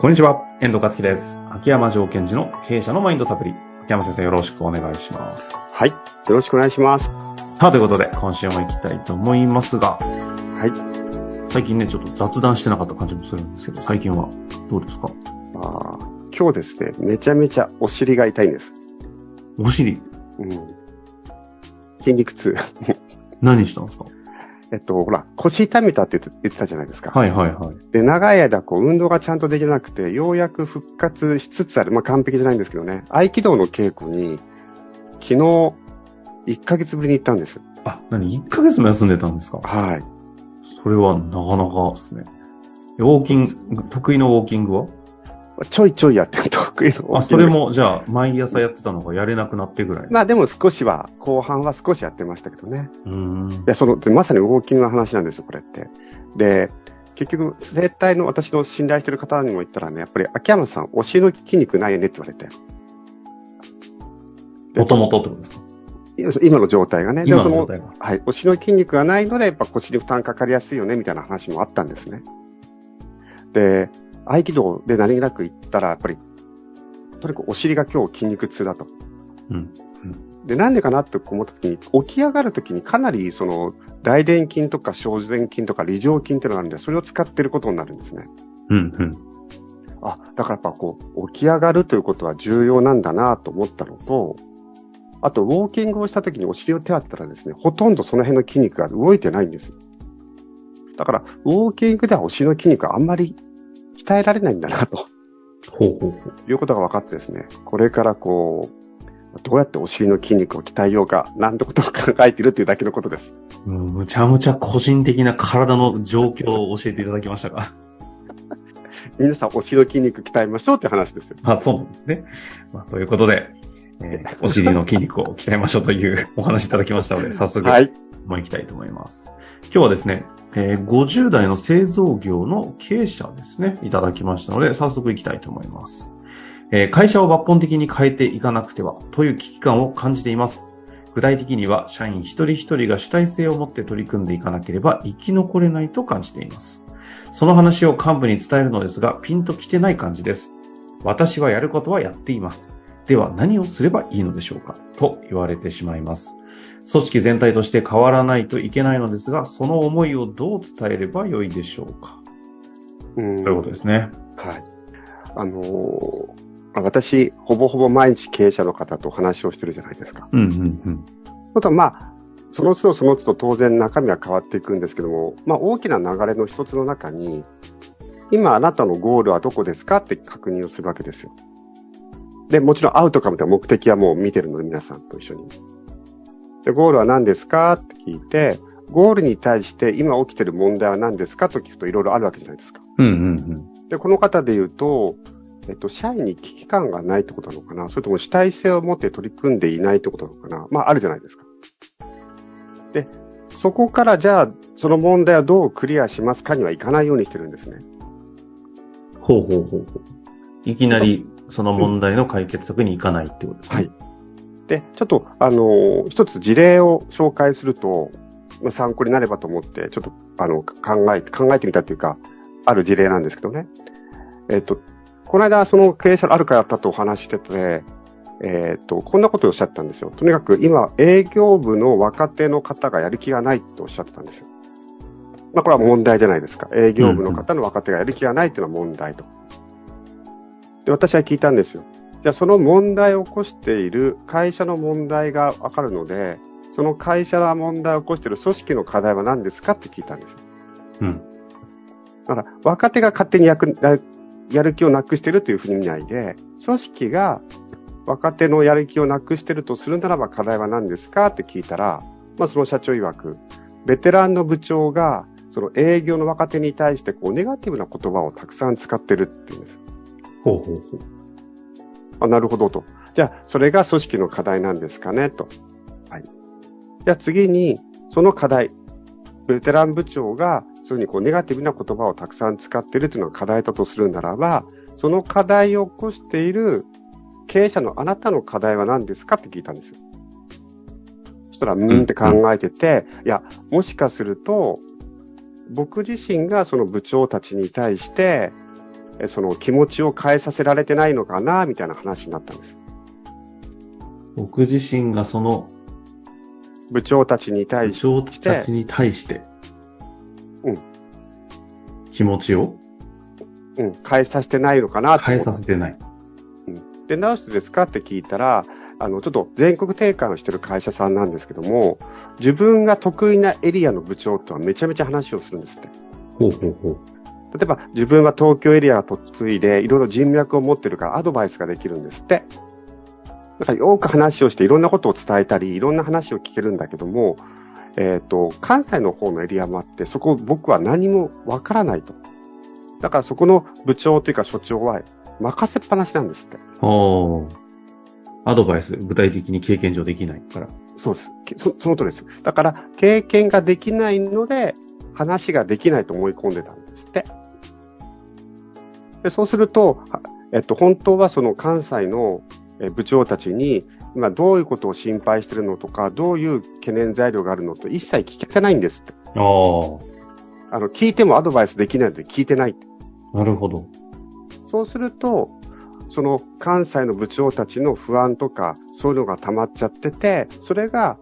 こんにちは、遠藤和樹です。秋山条件時の経営者のマインドサプリ。秋山先生、よろしくお願いします。 はい、よろしくお願いします。 さあ、ということで、今週も行きたいと思いますが、 はい。 最近ね、ちょっと雑談してなかった感じもするんですけど、最近はどうですか？ 今日ですね、めちゃめちゃお尻が痛いんです。 お尻？ 筋肉痛。 何したんですか？ ほら、腰痛めたって言ってたじゃないですか。 はいはいはい。 で、長い間、運動がちゃんとできなくて、ようやく復活しつつある。完璧じゃないんですけどね。合気道の稽古に、昨日、1ヶ月ぶりに行ったんです。 1ヶ月も休んでたんですか？ はい。 それはなかなかですね。得意のウォーキングは？ ちょいちょいやってる得意のウォーキング。 それも、じゃあ、毎朝やってたのがやれなくなってぐらい。 でも少しは、後半は少しやってましたけどね。 でまさにウォーキングの話なんですよ、これって。で、結局、整体の私の信頼してる方にも言ったらね、やっぱり秋山さん、お尻の筋肉ないよねって言われて。 もともとってことですか？ 今の状態がね。 今の状態が。 はい。お尻の筋肉がないので、やっぱ腰に負担かかりやすいよね、みたいな話もあったんですね。で、合気道で何気なく言ったら、やっぱり、とにかくお尻が今日筋肉痛だと。で、なんでかなって思った時に、起き上がる時にかなり大臀筋とか小臀筋とか梨状筋っていうのがあるんで、それを使ってることになるんですね。だからやっぱ起き上がるということは重要なんだなと思ったのと、あと、ウォーキングをした時にお尻を手当てたらですね、ほとんどその辺の筋肉が動いてないんです。だから、ウォーキングではお尻の筋肉があんまり鍛えられないんだなと。いうことが分かってですね、これからどうやってお尻の筋肉を鍛えようか、なんてことを考えているというだけのことです。 むちゃむちゃ個人的な体の状況を教えていただきましたが。 皆さんお尻の筋肉鍛えましょうって話ですよ。 そうなんですね。ということで、お尻の筋肉を鍛えましょうというお話いただきましたので、早速、もう行きたいと思います。今日はですね、50代の製造業の経営者ですね、いただきましたので、早速行きたいと思います。会社を抜本的に変えていかなくてはという危機感を感じています。具体的には社員一人一人が主体性を持って取り組んでいかなければ生き残れないと感じています。その話を幹部に伝えるのですが、ピンときてない感じです。私はやることはやっています。では何をすればいいのでしょうかと言われてしまいます。組織全体として変わらないといけないのですが、その思いをどう伝えればよいでしょうかということですね。 はい。私、ほぼほぼ毎日経営者の方と話をしてるじゃないですか。その都度当然中身は変わっていくんですけども、大きな流れの一つの中に、今あなたのゴールはどこですかって確認をするわけですよ。で、もちろんアウトカムと目的はもう見てるので皆さんと一緒に。で、ゴールは何ですかって聞いて、ゴールに対して今起きてる問題は何ですかと聞くといろいろあるわけじゃないですか。で、この方で言うと、社員に危機感がないってことなのかな、それとも主体性を持って取り組んでいないってことなのかな、あるじゃないですか。で、そこからじゃあ、その問題はどうクリアしますかにはいかないようにしてるんですね。 いきなりその問題の解決策に行かないってことですね。はい。 で、ちょっと、一つ事例を紹介すると、参考になればと思って、ちょっと、考えてみたっていうか、ある事例なんですけどね。この間、その経営者のある方とお話してて、こんなことをおっしゃったんですよ。とにかく今、営業部の若手の方がやる気がないっておっしゃってたんですよ。これは問題じゃないですか。営業部の方の若手がやる気がないっていうのは問題と。で、私は聞いたんですよ。じゃあその問題を起こしている会社の問題がわかるので、その会社が問題を起こしている組織の課題は何ですかって聞いたんですよ。だから若手が勝手にやる気をなくしているというふうに見ないで、組織が若手のやる気をなくしているとするならば課題は何ですかって聞いたら、その社長曰く、ベテランの部長がその営業の若手に対してネガティブな言葉をたくさん使ってるっていうんです。なるほどと。じゃあ、それが組織の課題なんですかねと。はい。じゃあ次に、その課題。ベテラン部長が、そういうふうにネガティブな言葉をたくさん使っているというのが課題だとするならば、その課題を起こしている経営者のあなたの課題は何ですかって聞いたんですよ。そしたら、って考えてて、いや、もしかすると、僕自身がその部長たちに対して、 その気持ちを変えさせられてないのかな、みたいな話になったんです。 僕自身がその部長たちに対して、 気持ちを、 変えさせてないのかなと。 変えさせてない。 で、何してですかって聞いたら、ちょっと全国展開をしてる会社さんなんですけども、自分が得意なエリアの部長とはめちゃめちゃ話をするんですって。 ほうほうほう。 例えば自分は東京エリアが得意でいろいろ人脈を持ってるからアドバイスができるんですって。だからよく話をしていろんなことを伝えたりいろんな話を聞けるんだけども、関西の方のエリアもあってそこ僕は何もわからないと。だからそこの部長というか所長は任せっぱなしなんですって。 アドバイス具体的に経験上できないから。 そうです。その通りです。だから経験ができないので話ができないと思い込んでたんですって。でそうすると、本当はその関西の部長たちに今どういうことを心配してるのとか、どういう懸念材料があるのと一切聞けてないんですって。聞いてもアドバイスできないので聞いてない。 なるほど。 そうすると、その関西の部長たちの不安とか、そういうのが溜まっちゃってて、それが、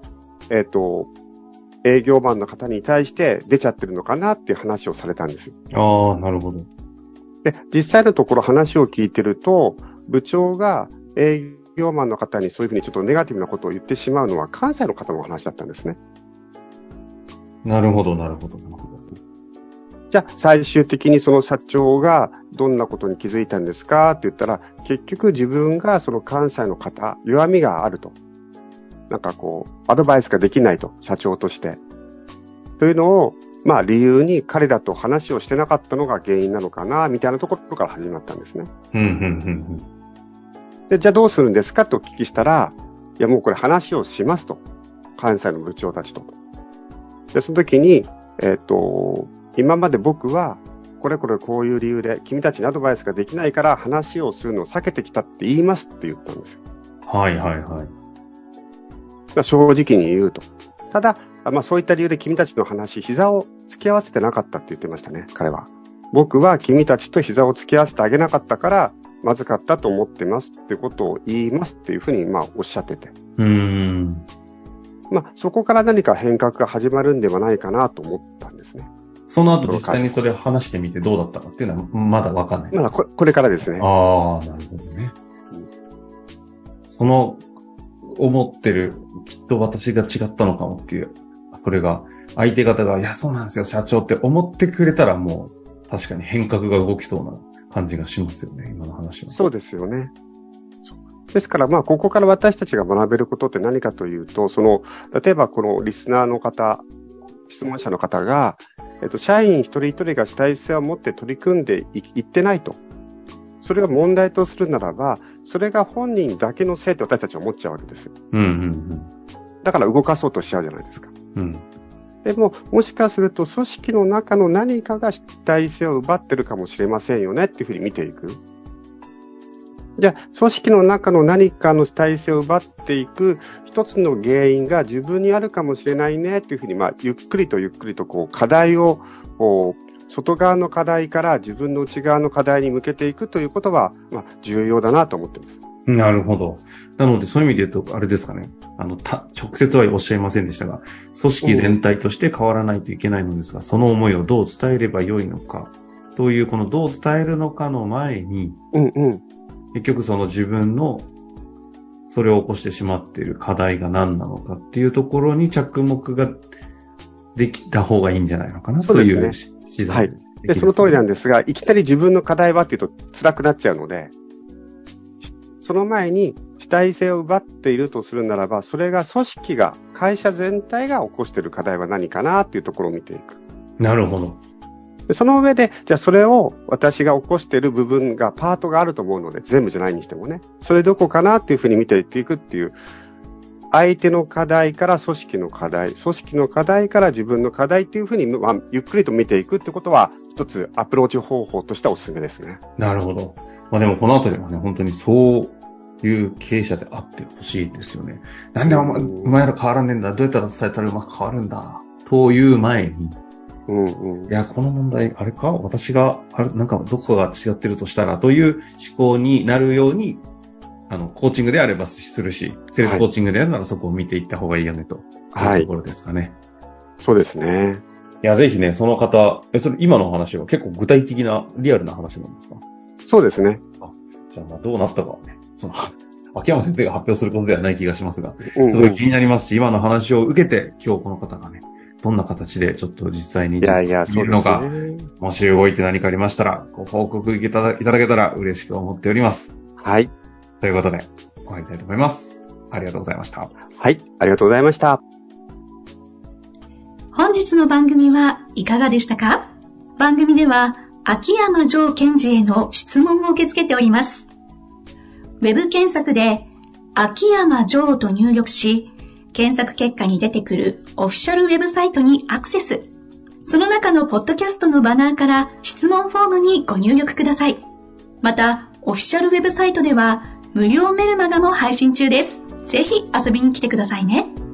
営業マンの方に対して出ちゃってるのかなっていう話をされたんですよ。 なるほど。 で、実際のところ話を聞いてると、部長が営業マンの方にそういうふうにちょっとネガティブなことを言ってしまうのは関西の方の話だったんですね。 なるほど、なるほど。 じゃあ最終的にその社長がどんなことに気づいたんですかって言ったら、結局自分がその関西の方、弱みがあると。なんかこう、アドバイスができないと、社長として。というのを、理由に彼らと話をしてなかったのが原因なのかな、みたいなところから始まったんですね。で、じゃあどうするんですかとお聞きしたら、いやもうこれ話をしますと。関西の部長たちと。で、その時に、今まで僕は、これこういう理由で、君たちにアドバイスができないから話をするのを避けてきたって言いますって言ったんですよ。 はいはいはい。 正直に言うと。ただ、そういった理由で君たちの話、膝を突き合わせてなかったって言ってましたね、彼は。僕は君たちと膝を突き合わせてあげなかったから、まずかったと思ってますってことを言いますっていうふうに、おっしゃってて。そこから何か変革が始まるんではないかなと思ったんですね。 その後実際にそれを話してみてどうだったかっていうのはまだわかんない。 まだこれからですね。 なるほどね。その思ってる、きっと私が違ったのかもっていう、これが相手方が、いやそうなんですよ社長って思ってくれたらもう確かに変革が動きそうな感じがしますよね、今の話は。 そうですよね。ですから、ここから私たちが学べることって何かというと、例えばこのリスナーの方、質問者の方が、社員一人一人が主体性を持って取り組んでいってないと。それが問題とするならば、それが本人だけのせいって私たちは思っちゃうわけですよ。だから動かそうとしちゃうじゃないですか。でも、もしかすると組織の中の何かが主体性を奪ってるかもしれませんよねっていうふうに見ていく。じゃあ、組織の中の何かの主体性を奪っていく一つの原因が自分にあるかもしれないねっていうふうに、ゆっくりとこう課題を外側の課題から自分の内側の課題に向けていくということは、重要だなと思っています。 なるほど。なので、そういう意味で言うと、あれですかね。直接はおっしゃいませんでしたが、組織全体として変わらないといけないのですが、その思いをどう伝えればよいのか、という、このどう伝えるのかの前に、結局その自分のそれを起こしてしまっている課題が何なのかっていうところに着目ができた方がいいんじゃないのかなという。そうですね。 はい。で、その通りなんですが、いきなり自分の課題はっていうと辛くなっちゃうので、その前に主体性を奪っているとするならば、それが組織が、会社全体が起こしている課題は何かなっていうところを見ていく。 なるほど。 その上で、じゃあそれを私が起こしている部分がパートがあると思うので、全部じゃないにしてもね、それどこかなっていうふうに見ていっていくっていう、相手の課題から組織の課題、組織の課題から自分の課題っていうふうに、ゆっくりと見ていくってことは、一つアプローチ方法としてはお勧めですね。 なるほど。でもこのあたりはね、本当にそういう経営者であってほしいですよね。なんでお前ら変わらねえんだ、どうやったら伝えたらうまく変わるんだ、という前に、 うんうん。 いや、この問題、あれか私が、なんかどこかが違ってるとしたら、という思考になるように、コーチングであればするし、セールスコーチングであるならそこを見ていった方がいいよね、というところですかね。 そうですね。 いや、ぜひね、その方、それ今の話は結構具体的な、リアルな話なんですか？ そうですね。 じゃあ、どうなったかね。秋山先生が発表することではない気がしますが、 うんうんすごい気になりますし、今の話を受けて、今日この方がね、どんな形でちょっと実際に見るのか、もし動いて何かありましたら、ご報告いただけたら嬉しく思っております。 はい。 ということで、終わりたいと思います。ありがとうございました。 はい、ありがとうございました。 本日の番組はいかがでしたか？番組では、秋山城賢治への質問を受け付けております。ウェブ検索で、秋山城と入力し、検索結果に出てくるオフィシャルウェブサイトにアクセス。その中のポッドキャストのバナーから質問フォームにご入力ください。また、オフィシャルウェブサイトでは無料メルマガも配信中です。ぜひ遊びに来てくださいね。